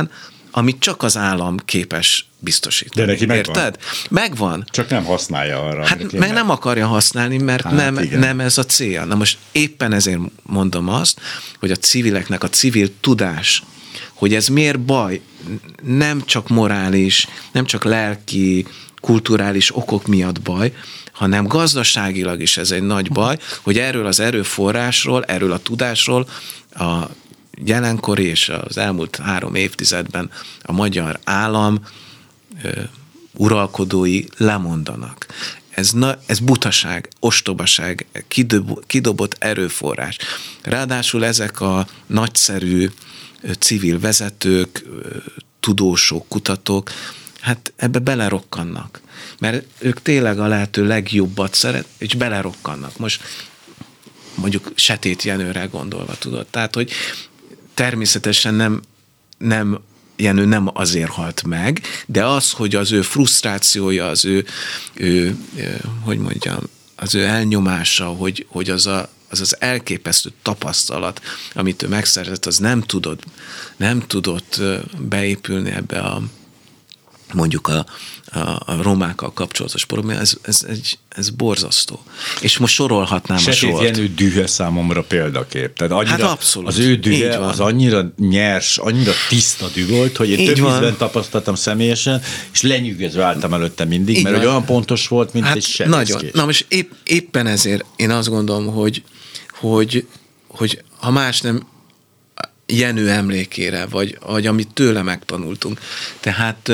amit csak az állam képes biztosítani. De neki megvan. Érted? Megvan. Csak nem használja arra. Hát meg nem akarja használni, mert nem ez a célja. Na most éppen ezért mondom azt, hogy a civileknek a civil tudás, hogy ez miért baj, nem csak morális, nem csak lelki, kulturális okok miatt baj, hanem gazdaságilag is ez egy nagy baj, hogy erről az erőforrásról, erről a tudásról a jelenkori és az elmúlt 3 évtizedben a magyar állam uralkodói lemondanak. Ez butaság, ostobaság, kidobott erőforrás. Ráadásul ezek a nagyszerű civil vezetők, tudósok, kutatók, hát ebbe belerokkannak. Mert ők tényleg a lehető legjobbat és belerokkannak. Most mondjuk Setét Jenőre gondolva, tudod. Tehát, hogy természetesen Jenő nem azért halt meg, de az, hogy az ő frusztrációja, az ő hogy mondjam, az ő elnyomása, hogy az elképesztő tapasztalat, amit ő megszerzett, az nem tudott beépülni ebbe a mondjuk a romákkal kapcsolatos probléma, ez borzasztó. És most sorolhatnám a sort. Setét Jenő dühe számomra példakép. Tehát annyira, hát abszolút. Az ő dühe az annyira nyers, annyira tiszta dű volt, hogy én több ízben tapasztaltam személyesen, és lenyűgözve álltam előtte mindig, így mert hogy olyan pontos volt, mint egy sebészkés. Nagyon. Na most éppen ezért én azt gondolom, hogy ha más nem Jenő emlékére, vagy amit tőle megtanultunk. Tehát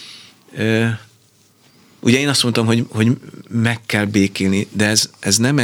ugye én azt mondtam, hogy meg kell békélni, de ez nem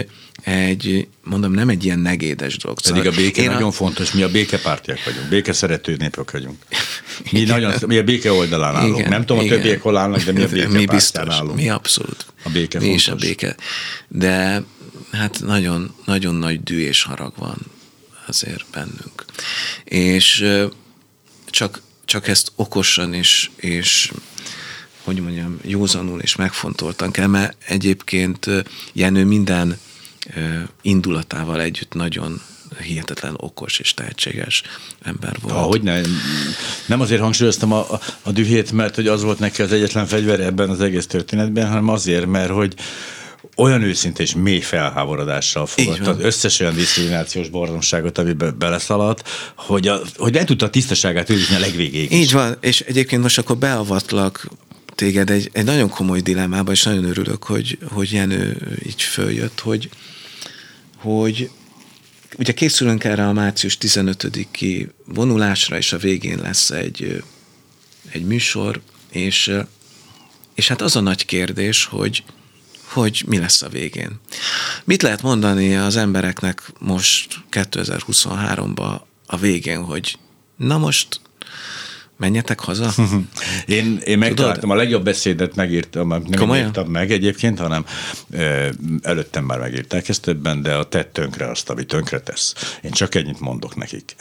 nem egy ilyen negédes dolog. Pedig a béke nagyon fontos, mi a békepártiak vagyunk, békeszerető népek vagyunk. Mi a béke oldalán állunk. Igen, nem tudom, a többiek hol állnak, de mi a békepártián állunk. Mi abszolút. A béke mi fontos. Is a béke. De hát nagyon, nagyon nagy dű és harag van azért bennünk. És csak ezt okosan és hogy mondjam, józanul és megfontoltan kell, mert egyébként Jenő minden indulatával együtt nagyon hihetetlen okos és tehetséges ember volt. Ahogy nem azért hangsúlyoztam a dühét, mert hogy az volt neki az egyetlen fegyver ebben az egész történetben, hanem azért, mert hogy olyan őszinte és mély felháborodással fogadta az összes olyan diszkriminációs borzonságot, amiben beleszaladt, hogy nem tudta a tisztaságát őrizni a legvégéig. Így van, és egyébként most akkor beavatlak téged egy nagyon komoly dilemmába, és nagyon örülök, hogy Jenő így följött, hogy ugye készülünk erre a március 15-i vonulásra, és a végén lesz egy műsor, és hát az a nagy kérdés, hogy mi lesz a végén. Mit lehet mondani az embereknek most 2023-ban a végén, hogy na most menjetek haza? Én megtaláltam, a legjobb beszédet megírtam, nem írtam meg egyébként, hanem előttem már megírták ezt többen, de a tedd tönkre azt, ami tönkre tesz. Én csak ennyit mondok nekik.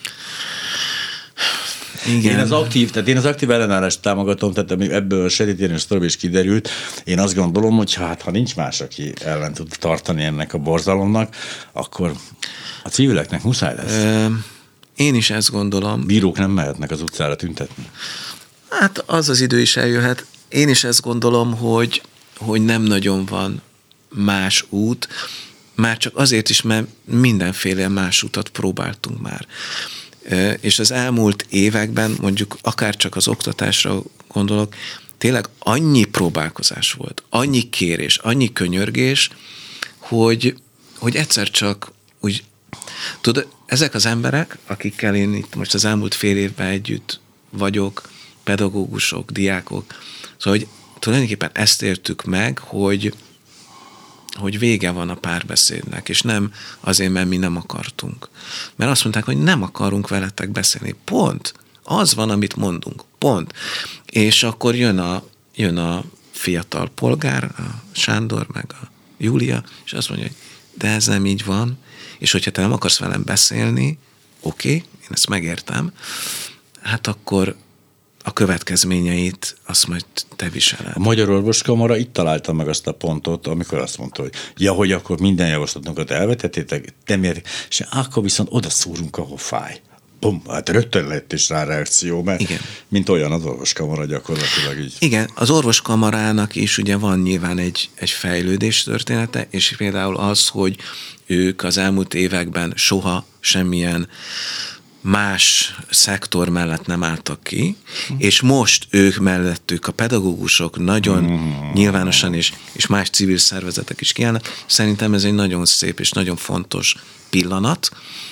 Igen. Én az aktív ellenállást támogatom, tehát ebből a Setét Jenő sztori is kiderült. Én azt gondolom, hogy ha nincs más, aki ellen tud tartani ennek a borzalomnak, akkor a civileknek muszáj lesz. Én is ezt gondolom. Bírók nem mehetnek az utcára tüntetni. Hát az idő is eljöhet. Én is ezt gondolom, hogy nem nagyon van más út, már csak azért is, mert mindenféle más utat próbáltunk már. És az elmúlt években, mondjuk akár csak az oktatásra gondolok, tényleg annyi próbálkozás volt, annyi kérés, annyi könyörgés, hogy egyszer csak úgy, tudod, ezek az emberek, akikkel én itt most az elmúlt fél évben együtt vagyok, pedagógusok, diákok, szóval, hogy tulajdonképpen ezt értük meg, hogy vége van a párbeszédnek, és nem azért, mert mi nem akartunk. Mert azt mondták, hogy nem akarunk veletek beszélni. Pont. Az van, amit mondunk. Pont. És akkor jön a fiatal polgár, a Sándor, meg a Júlia, és azt mondja, hogy de ez nem így van, és hogyha te nem akarsz velem beszélni, oké, én ezt megértem, hát akkor a következményeit azt majd te viseled. A Magyar Orvoskamara itt találta meg azt a pontot, amikor azt mondta, hogy akkor minden javaslatunkat elvetettétek, de miért? És akkor viszont oda szúrunk, ahol fáj. hát rögtön lett is rá reakció, mert igen. Mint olyan az orvoskamara gyakorlatilag így. Igen, az orvoskamarának is ugye van nyilván egy fejlődés története, és például az, hogy ők az elmúlt években soha semmilyen más szektor mellett nem álltak ki, és most ők mellettük a pedagógusok nagyon nyilvánosan és más civil szervezetek is kiállnak. Szerintem ez egy nagyon szép és nagyon fontos pillanat.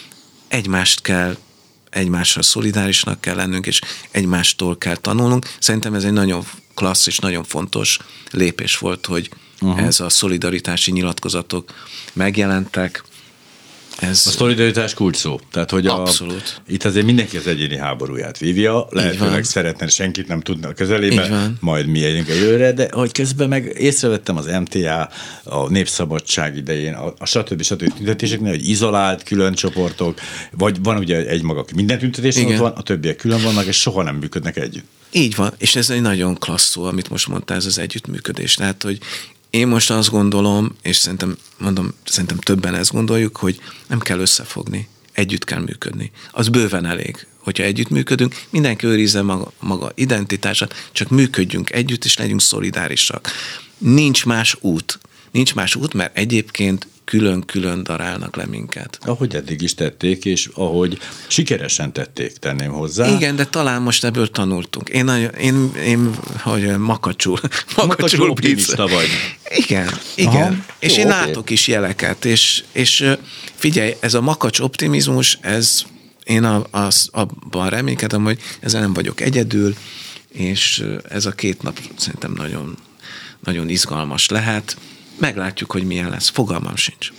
Egymással szolidárisnak kell lennünk, és egymástól kell tanulnunk. Szerintem ez egy nagyon klassz és nagyon fontos lépés volt, hogy ez a szolidaritási nyilatkozatok megjelentek. A szolidaritás kulcs szó. Tehát, hogy abszolút. Itt azért mindenki az egyéni háborúját vívja, lehetőleg szeretne, senkit nem tudna a közelében, majd mi együnk előre, de hogy közben meg észrevettem az MTA, a Népszabadság idején, a stb. Tüntetéseknél, hogy izolált külön csoportok, vagy van ugye egy maga, minden tüntetésen ott van, a többiek külön vannak, és soha nem működnek együtt. Így van, és ez egy nagyon klassz szó, amit most mondtál, ez az együttműködés. Tehát, hogy én most azt gondolom, és szerintem többen ezt gondoljuk, hogy nem kell összefogni, együtt kell működni. Az bőven elég, hogyha együttműködünk, mindenki őrizze maga identitását, csak működjünk együtt, és legyünk szolidárisak. Nincs más út, mert egyébként külön-külön darálnak le minket. Ahogy eddig is tették, és ahogy sikeresen tették, tenném hozzá. Igen, de talán most ebből tanultunk. Én hogy makacsul optimista vagy. Igen. Aha, és jó, én látok is jeleket, és figyelj, ez a makacs optimizmus, én abban reménykedem, hogy ezzel nem vagyok egyedül, és ez a 2 nap szerintem nagyon, nagyon izgalmas lehet. Meglátjuk, hogy milyen lesz. Fogalmam sincs.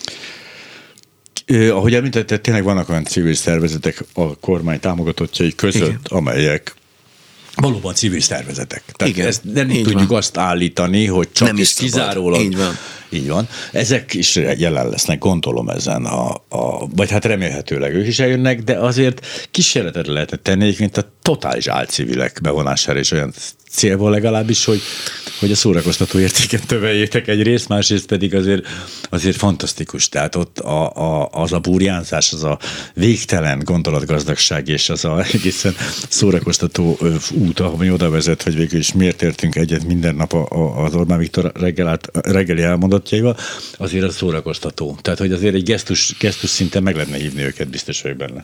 Ahogy említetted, tényleg vannak olyan civil szervezetek a kormány támogatottjai között, igen, amelyek valóban civil szervezetek. Tehát igen, ezt nem tudjuk azt állítani, hogy csak is kizárólag. Így van. Ezek is jelen lesznek, gondolom ezen, vagy hát remélhetőleg ők is eljönnek, de azért kísérletet lehetne tenni, mint a totális álcivilek bevonására is olyan célból legalábbis, hogy a szórakoztató értéket töveljétek egyrészt, másrészt pedig azért fantasztikus. Tehát ott az a burjánzás, az a végtelen gondolatgazdagság és az a egészen szórakoztató út, ami oda vezet, hogy végül is miért értünk egyet minden nap az Orbán Viktor reggeli elmondottjaival, azért az szórakoztató. Tehát, hogy azért egy gesztus szinten meg lehetne hívni őket, biztos vagyok benne.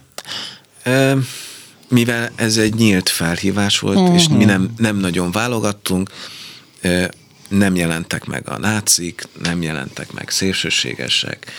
Mivel ez egy nyílt felhívás volt, és mi nem nagyon válogattunk, nem jelentek meg a nácik, nem jelentek meg szélsőségesek.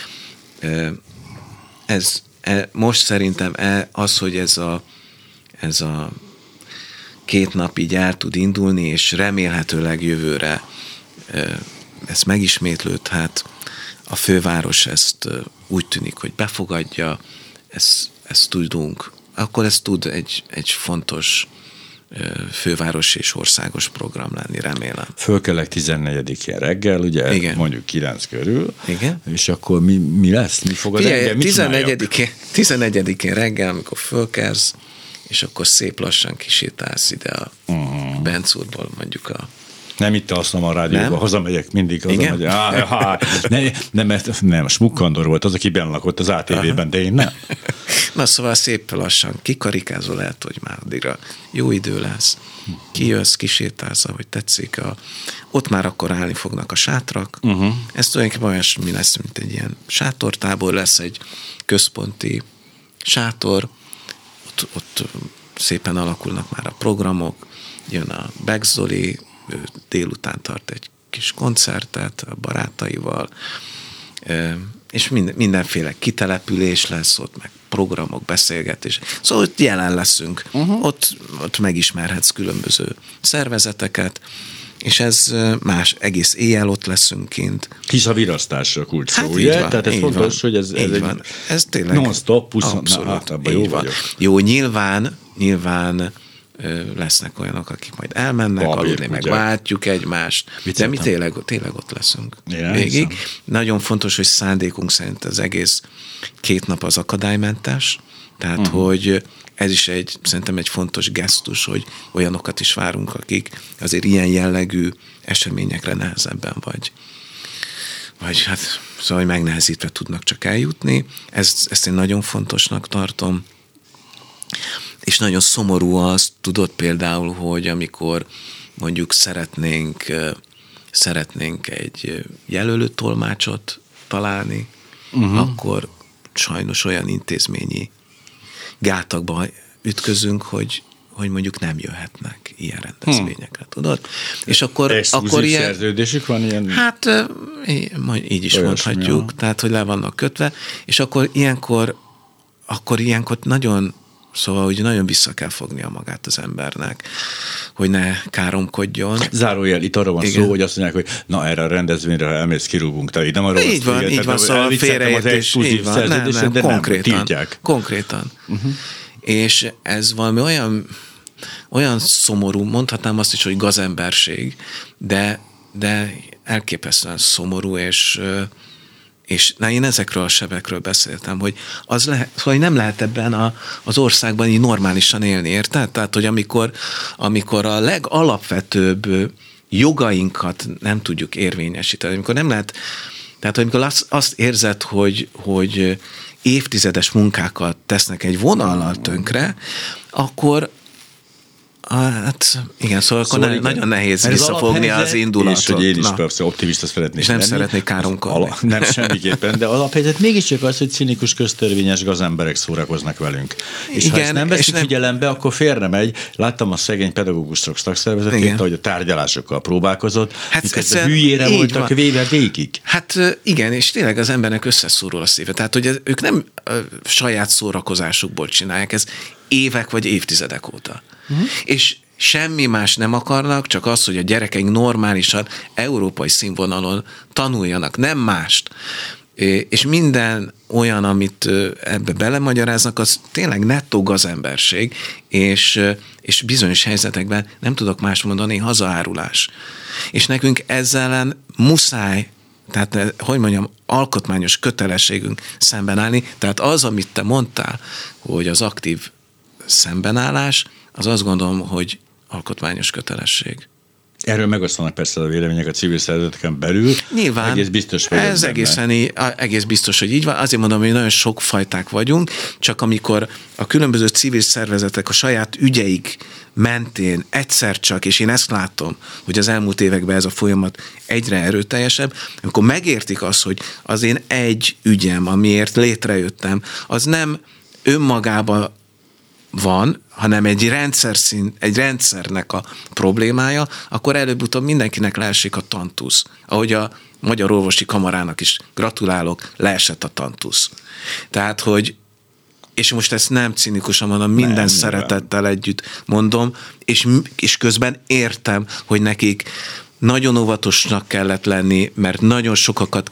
Most szerintem az, hogy ez a 2 nap így el tud indulni, és remélhetőleg jövőre ez megismétlődhet, a főváros ezt úgy tűnik, hogy befogadja, ezt tudunk, akkor ez tud egy fontos főváros és országos program lenni, remélem. Fölkelek 14-én reggel, ugye, igen, mondjuk 9 körül, igen, és akkor mi lesz? Mi fogod engem? 14-én reggel, amikor fölkelsz, és akkor szép lassan kisétálsz ide a Bencúrból, mondjuk nem itt alszom a rádióban, hazamegyek mindig. Nem, Smukkandor volt az, aki benn lakott az ATV-ben, de én nem. Na szóval szép lassan kikarikázol, lehet, hogy már addigra jó idő lesz. Kijössz, kisétálsz, ahogy tetszik. Ott már akkor állni fognak a sátrak. Ez tulajdonképpen olyasmi lesz, mint egy ilyen sátortábor, lesz egy központi sátor, ott szépen alakulnak már a programok, jön a Beck Zoli, ő délután tart egy kis koncertet a barátaival, és mindenféle kitelepülés lesz, ott meg programok, beszélgetés. Szóval ott jelen leszünk. Ott megismerhetsz különböző szervezeteket, és ez más, egész éjjel ott leszünk kint. Hisz a virasztásra kulcs szó, ugye? Tehát ez fontos, hogy ez egy ez tényleg non-stop, abban jó vagyok. Jó, nyilván lesznek olyanok, akik majd elmennek, aludni, meg váltjuk egymást, de mi tényleg ott leszünk végig. Nagyon fontos, hogy szándékunk szerint az egész 2 nap az akadálymentes, tehát hogy ez is szerintem egy fontos gesztus, hogy olyanokat is várunk, akik azért ilyen jellegű eseményekre nehezebben vagy hát szóval megnehezítve tudnak csak eljutni. Ezt én nagyon fontosnak tartom. És nagyon szomorú az, tudod például, hogy amikor mondjuk szeretnénk egy jelölő tolmácsot találni, akkor sajnos olyan intézményi gátakba ütközünk, hogy mondjuk nem jöhetnek ilyen rendezvényekre, tudod? És akkor ilyen... szerződésük van ilyen? Hát így is mondhatjuk, tehát, hogy le vannak kötve, és akkor ilyenkor nagyon, szóval, hogy nagyon vissza kell fognia magát az embernek, hogy ne káromkodjon. Zárójel, itt arra van szó, hogy azt mondják, hogy na erre a rendezvényre, ha elmész, kirúgunk te. Nem arról így van, szóval félreértés. Így van, nem, konkrétan. És ez valami olyan szomorú, mondhatnám azt is, hogy gazemberség, de elképesztően szomorú, és én ezekről a sebekről beszéltem, hogy nem lehet ebben az országban így normálisan élni, érted? Tehát, hogy amikor a legalapvetőbb jogainkat nem tudjuk érvényesíteni, amikor nem lehet, tehát amikor azt érzed, hogy évtizedes munkákat tesznek egy vonallal tönkre, akkor hát igen, szóval akkor nagyon nehéz visszafogni az indulatot. És hogy én is persze optimista szeretnék. És nem szeretnék káromkodni. Nem semmiképpen, de alaphelyzet mégiscsak az, hogy cinikus köztörvényes gazemberek szórakoznak velünk. És igen, ha ezt nem veszik figyelembe, akkor félre megy. Láttam a szegény pedagógus szakszervezetét, hogy a tárgyalásokkal próbálkozott, miközben hülyére voltak véve végig. Hát igen, és tényleg az embernek összeszorul a szíve. Tehát, hogy ők nem saját szórakozásukból csinálják, ez évek vagy évtizedek óta. És semmi más nem akarnak, csak az, hogy a gyerekeink normálisan európai színvonalon tanuljanak, nem mást. És minden olyan, amit ebbe belemagyaráznak, az tényleg nettó gazemberség, és bizonyos helyzetekben nem tudok más mondani, hazaárulás. És nekünk ezzel muszáj, tehát, hogy mondjam, alkotmányos kötelességünk szemben állni. Tehát az, amit te mondtál, hogy az aktív szembenállás, az azt gondolom, hogy alkotmányos kötelesség. Erről megosztanak persze a vélemények a civil szervezeteken belül. Nyilván. Egész biztos vagyok ez egész biztos, hogy így van. Azért mondom, hogy nagyon sok fajták vagyunk, csak amikor a különböző civil szervezetek a saját ügyeik mentén egyszer csak, és én ezt látom, hogy az elmúlt években ez a folyamat egyre erőteljesebb, amikor megértik azt, hogy az én egy ügyem, amiért létrejöttem, az nem önmagában van, hanem egy rendszernek a problémája, akkor előbb-utóbb mindenkinek leesik a tantusz. Ahogy a Magyar Orvosi Kamarának is gratulálok, leesett a tantusz. Tehát, hogy és most ezt nem cinikusan mondom, minden szeretettel együtt mondom, és közben értem, hogy nekik nagyon óvatosnak kellett lenni, mert nagyon sokakat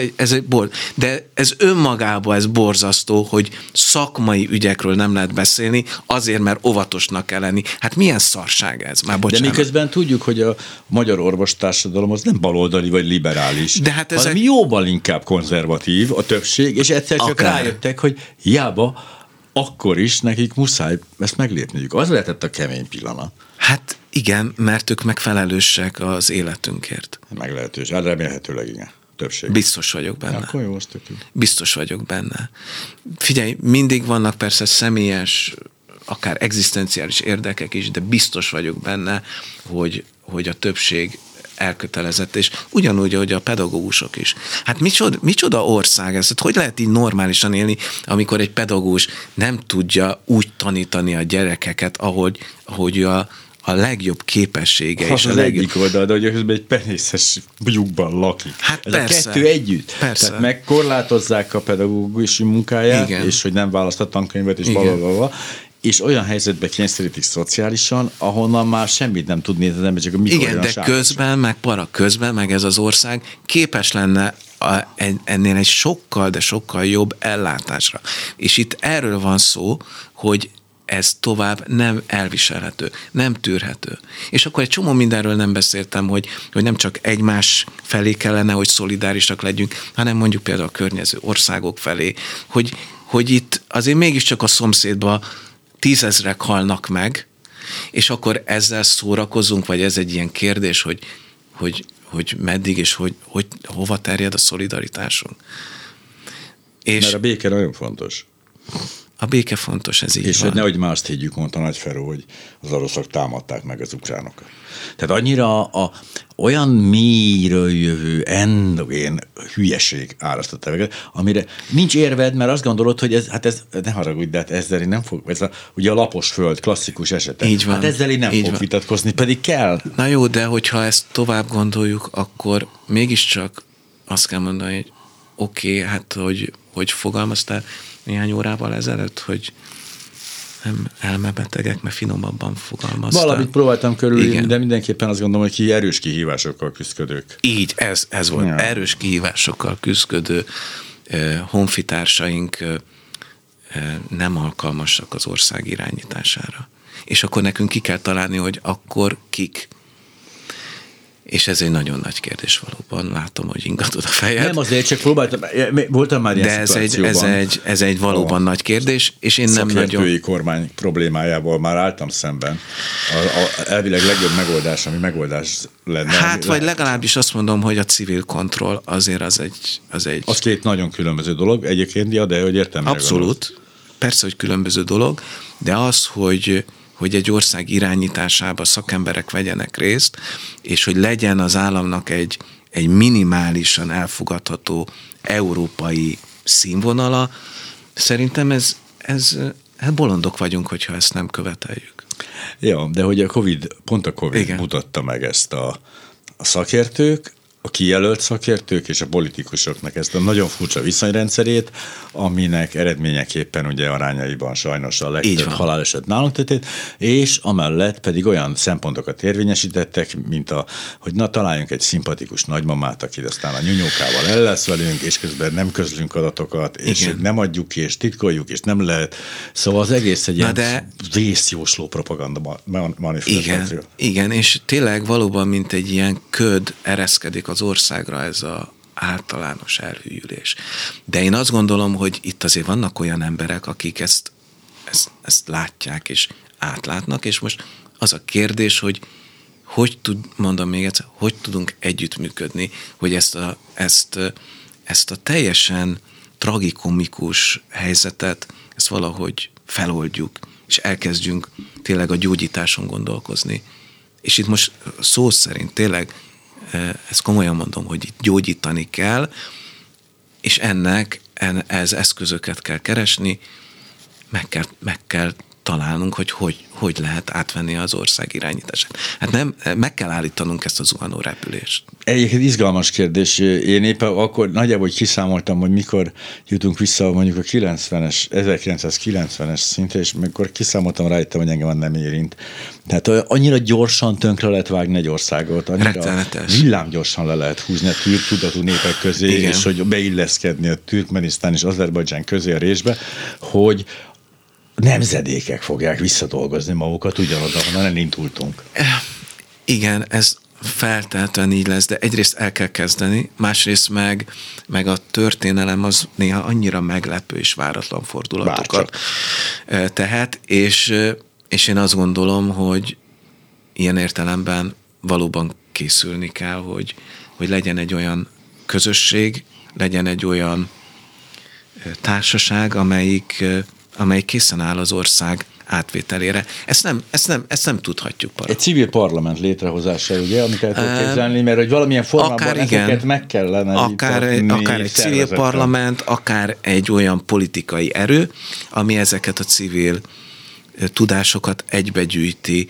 de ez önmagában ez borzasztó, hogy szakmai ügyekről nem lehet beszélni, azért, mert óvatosnak kell lenni. Hát milyen szarság ez? Már bocsánat. De miközben tudjuk, hogy a magyar orvostársadalom az nem baloldali vagy liberális, de hát hanem jóval inkább konzervatív a többség, és egyszer csak rájöttek, hogy hiába akkor is nekik muszáj ezt meglépniük. Az lehetett a kemény pillanat. Hát igen, mert ők megfelelősek az életünkért. Meglehetős, hát remélhetőleg igen. Többség. Biztos vagyok benne. Akkor jó, azt tökéletes. Biztos vagyok benne. Figyelj, mindig vannak persze személyes, akár egzisztenciális érdekek is, de biztos vagyok benne, hogy a többség elkötelezett, és ugyanúgy, hogy a pedagógusok is. Hát micsoda ország ez? Hát hogy lehet így normálisan élni, amikor egy pedagógus nem tudja úgy tanítani a gyerekeket, ahogy a legjobb képessége. Az az egyik oldal, de hogy közben egy penészes lyukban lakik. Hát ez persze, a kettő együtt. Persze. Tehát megkorlátozzák a pedagógusi munkáját, igen. És hogy nem választ a tankönyvet, és blablabla. És olyan helyzetbe kényszerítik szociálisan, ahonnan már semmit nem tud nézni, nem csak a mikor. Igen, de közben, meg ez az ország képes lenne ennél egy sokkal, de sokkal jobb ellátásra. És itt erről van szó, hogy ez tovább nem elviselhető, nem tűrhető. És akkor egy csomó mindenről nem beszéltem, hogy nem csak egymás felé kellene, hogy szolidárisak legyünk, hanem mondjuk például a környező országok felé, hogy itt azért mégiscsak a szomszédban 10 000 halnak meg, és akkor ezzel szórakozunk, vagy ez egy ilyen kérdés, hogy meddig, és hogy hova terjed a szolidaritásunk. Mert a béke nagyon fontos. A béke fontos, ez így és van. És nehogy mást higgyük, mondta Nagyferó, hogy az oroszok támadták meg az ukránokat. Tehát annyira olyan mélyről jövő endogén hülyeség árasztotta meg, amire nincs érved, mert azt gondolod, hogy ez ne haragudj, de hát ezzel én nem fog, ugye a lapos föld, klasszikus esete. Így van. Hát ezzel én nem fog vitatkozni, pedig kell. Na jó, de hogyha ezt tovább gondoljuk, akkor mégiscsak azt kell mondani, hogy oké, hát hogy fogalmaztál néhány órával ezelőtt, hogy nem elmebetegek, mert finomabban fogalmaztál. Valamit próbáltam körülírni, de mindenképpen azt gondolom, hogy erős kihívásokkal küzdködők. Így, ez volt. Ja. Erős kihívásokkal küzdködő honfitársaink nem alkalmasak az ország irányítására. És akkor nekünk ki kell találni, hogy akkor kik. És ez egy nagyon nagy kérdés valóban. Látom, hogy ingatod a fejed. Nem, azért csak próbáltam, voltam már ilyen szituációban. De ez egy valóban nagy kérdés, és én nem nagyon... Szakértői kormány problémájával már álltam szemben. Elvileg legjobb megoldás, ami megoldás lenne. Hát, vagy legalábbis azt mondom, hogy a civil kontroll azért az egy... Az két nagyon különböző dolog egyébként, de hogy értem. Abszolút. Persze, hogy különböző dolog, de az, hogy egy ország irányításába szakemberek vegyenek részt, és hogy legyen az államnak egy minimálisan elfogadható európai színvonala, szerintem hát bolondok vagyunk, hogyha ezt nem követeljük. Ja, de hogy pont a Covid igen. mutatta meg ezt a szakértők, a kijelölt szakértők és a politikusoknak ezt a nagyon furcsa viszonyrendszerét, aminek eredményeképpen ugye arányaiban sajnos a legtöbb haláleset nálunk történt, és amellett pedig olyan szempontokat érvényesítettek, mint hogy találjunk egy szimpatikus nagymamát, aki aztán a nyunyókával el lesz velünk, és közben nem közlünk adatokat, és nem adjuk ki, és titkoljuk, és nem lehet. Szóval az egész egy ilyen vészjósló propaganda manifestáció. Igen, és tényleg valóban, mint egy ilyen köd ereszkedik az országra ez az általános elhűlés. De én azt gondolom, hogy itt azért vannak olyan emberek, akik ezt látják és átlátnak, és most az a kérdés, hogy tudunk együttműködni, hogy ezt a teljesen tragikomikus helyzetet, ezt valahogy feloldjuk, és elkezdjünk tényleg a gyógyításon gondolkozni. És itt most szó szerint tényleg ezt komolyan mondom, hogy itt gyógyítani kell, és ez eszközöket kell keresni, meg kell találnunk, hogy lehet átvenni az ország irányítását. Hát meg kell állítanunk ezt a zuhanó repülést. Egyébként izgalmas kérdés. Én éppen akkor nagyjából kiszámoltam, hogy mikor jutunk vissza mondjuk a 1990-es szintre, és mikor kiszámoltam, rájöttem, hogy engem nem érint. Tehát annyira gyorsan tönkre lehet vágni egy országot, annyira villámgyorsan le lehet húzni a türk tudatú népek közé, igen. és hogy beilleszkedni a Türkmenisztán és Azerbajdzsán közé a résbe, hogy nemzedékek fogják visszadolgozni magukat ugyanoda, honnan elindultunk. Igen, ez feltétlenül így lesz, de egyrészt el kell kezdeni, másrészt meg a történelem az néha annyira meglepő és váratlan fordulatokat tehet, és én azt gondolom, hogy ilyen értelemben valóban készülni kell, hogy legyen egy olyan közösség, legyen egy olyan társaság, amelyik készen áll az ország átvételére. Ezt nem tudhatjuk. Egy civil parlament létrehozása, ugye, amiket kell képzelni, mert hogy valamilyen formában ezeket meg kellene akár egy civil parlament, akár egy olyan politikai erő, ami ezeket a civil tudásokat egybegyűjti.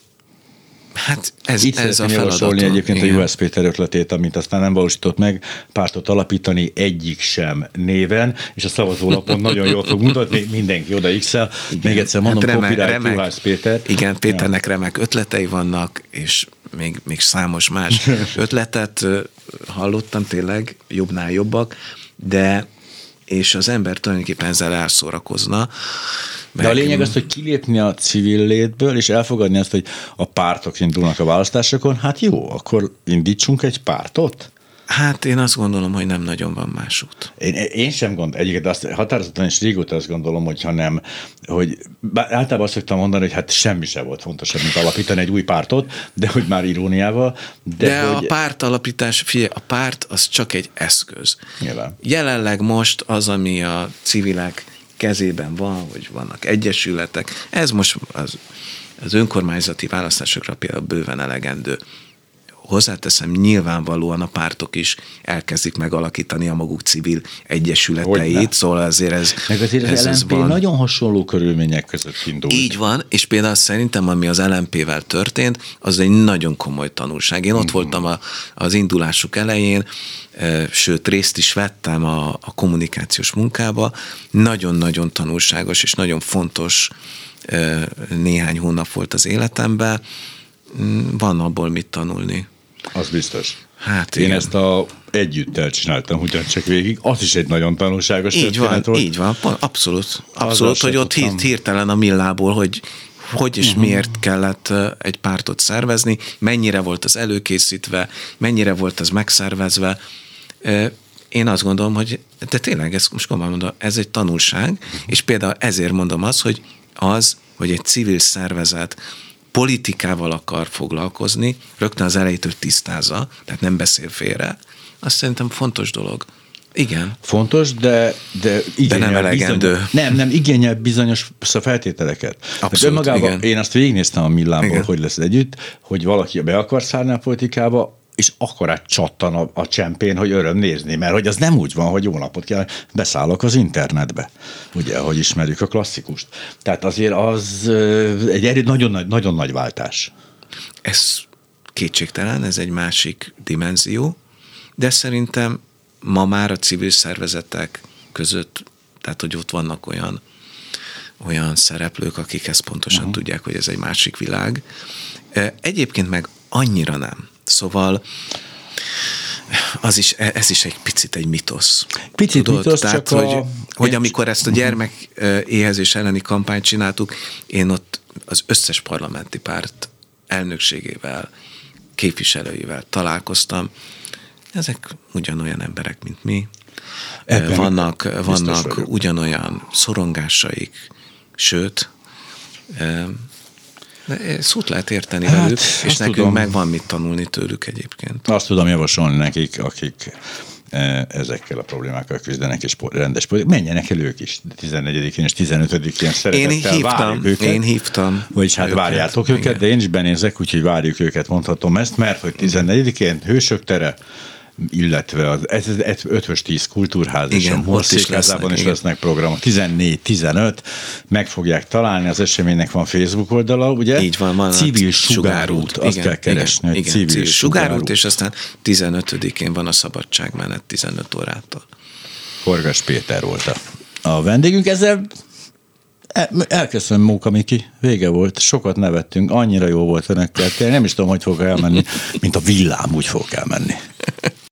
Hát ez a feladat. Egyébként igen. A Juhász Péter ötletét, amit aztán nem valósított meg, pártot alapítani egyik sem néven, és a szavazólapon nagyon jól fog mutatni, mindenki oda x-el. Még egyszer mondom, copyright Juhász Péter. Igen, Péternek remek ötletei vannak, és még számos más ötletet hallottam, tényleg jobbnál jobbak, és az ember tulajdonképpen ezzel elszórakozna. De a lényeg az, hogy kilépni a civil létből, és elfogadni azt, hogy a pártok indulnak a választásokon, hát jó, akkor indítsunk egy pártot? Hát én azt gondolom, hogy nem nagyon van más út. Én sem gondolom, egyébként azt határozottan és régóta azt gondolom, hogyha nem, hogy általában azt szoktam mondani, hogy hát semmi sem volt fontosabb, mint alapítani egy új pártot, de hogy már iróniával. De hogy... a pártalapítás, figyelj, a párt az csak egy eszköz. Nyilván. Jelenleg most az, ami a civilek kezében van, hogy vannak egyesületek. Ez most az önkormányzati választásokra például bőven elegendő. Hozzáteszem, nyilvánvalóan a pártok is elkezdik megalakítani a maguk civil egyesületeit, hogyne. Szóval azért ez... Meg azért az LMP van. Nagyon hasonló körülmények között indult. Így van, és például szerintem, ami az LMP-vel történt, az egy nagyon komoly tanulság. Én ott voltam az indulásuk elején, sőt, részt is vettem a kommunikációs munkába. Nagyon-nagyon tanulságos és nagyon fontos néhány hónap volt az életemben. Van abból mit tanulni. Az biztos. Hát én ezt együtt elcsináltam ugyancsak végig. Az is egy nagyon tanulságos történet volt. Így van, abszolút. Abszolút, hogy ott hirtelen a millából, hogy és miért kellett egy pártot szervezni, mennyire volt az előkészítve, mennyire volt az megszervezve. Én azt gondolom, hogy de tényleg, ezt most mondom, ez egy tanulság, és például ezért mondom azt, hogy egy civil szervezet politikával akar foglalkozni, rögtön az elejétől tisztázza, tehát nem beszél félre, azt szerintem fontos dolog. Igen. Fontos, de nem elegendő. Nem igényel bizonyos feltételeket. Abszolút, önmagában igen. Én azt végignéztem a Millámból, hogy lesz együtt, hogy valaki be akar szállni a politikába, és akkorát csattan a csempén, hogy öröm nézni, mert hogy az nem úgy van, hogy jó napot kell, beszállok az internetbe, ugye, hogy ismerjük a klasszikust. Tehát azért az egy nagyon nagy váltás. Ez kétségtelen, ez egy másik dimenzió, de szerintem ma már a civil szervezetek között, tehát hogy ott vannak olyan szereplők, akik ezt pontosan tudják, hogy ez egy másik világ. Egyébként meg annyira nem. Szóval ez is egy picit egy mitosz. Picit mitosz, tehát, hogy amikor ezt a gyermek éhezés elleni kampányt csináltuk, én ott az összes parlamenti párt elnökségével, képviselőivel találkoztam. Ezek ugyanolyan emberek, mint mi. Vannak ugyanolyan szorongásaik, sőt, szót lehet érteni velük, és nekünk meg van mit tanulni tőlük egyébként. Azt tudom javasolni nekik, akik ezekkel a problémákkal küzdenek, és rendes politikák. Menjenek el ők is 14-én és 15-én szeretettel várjuk őket. Én hívtam. Vagyis hát várjátok őket, igen. De én is benézek, úgyhogy várjuk őket, mondhatom ezt, mert hogy 14-én Hősök tere, illetve az 5-10 kultúrház és a Morszékházában is lesznek programok. 14-15 meg fogják találni, az eseménynek van Facebook oldala, ugye? Így van Civil Sugárút, azt kell keresni, hogy Civil Sugárút, és aztán 15-én van a szabadságmenet 15 órától. Horgas Péter volt a vendégünk, ezzel elköszönöm, Móka Miki, vége volt, sokat nevettünk, annyira jó volt önökkel, nem is tudom, hogy fog elmenni, mint a villám, úgy fog elmenni.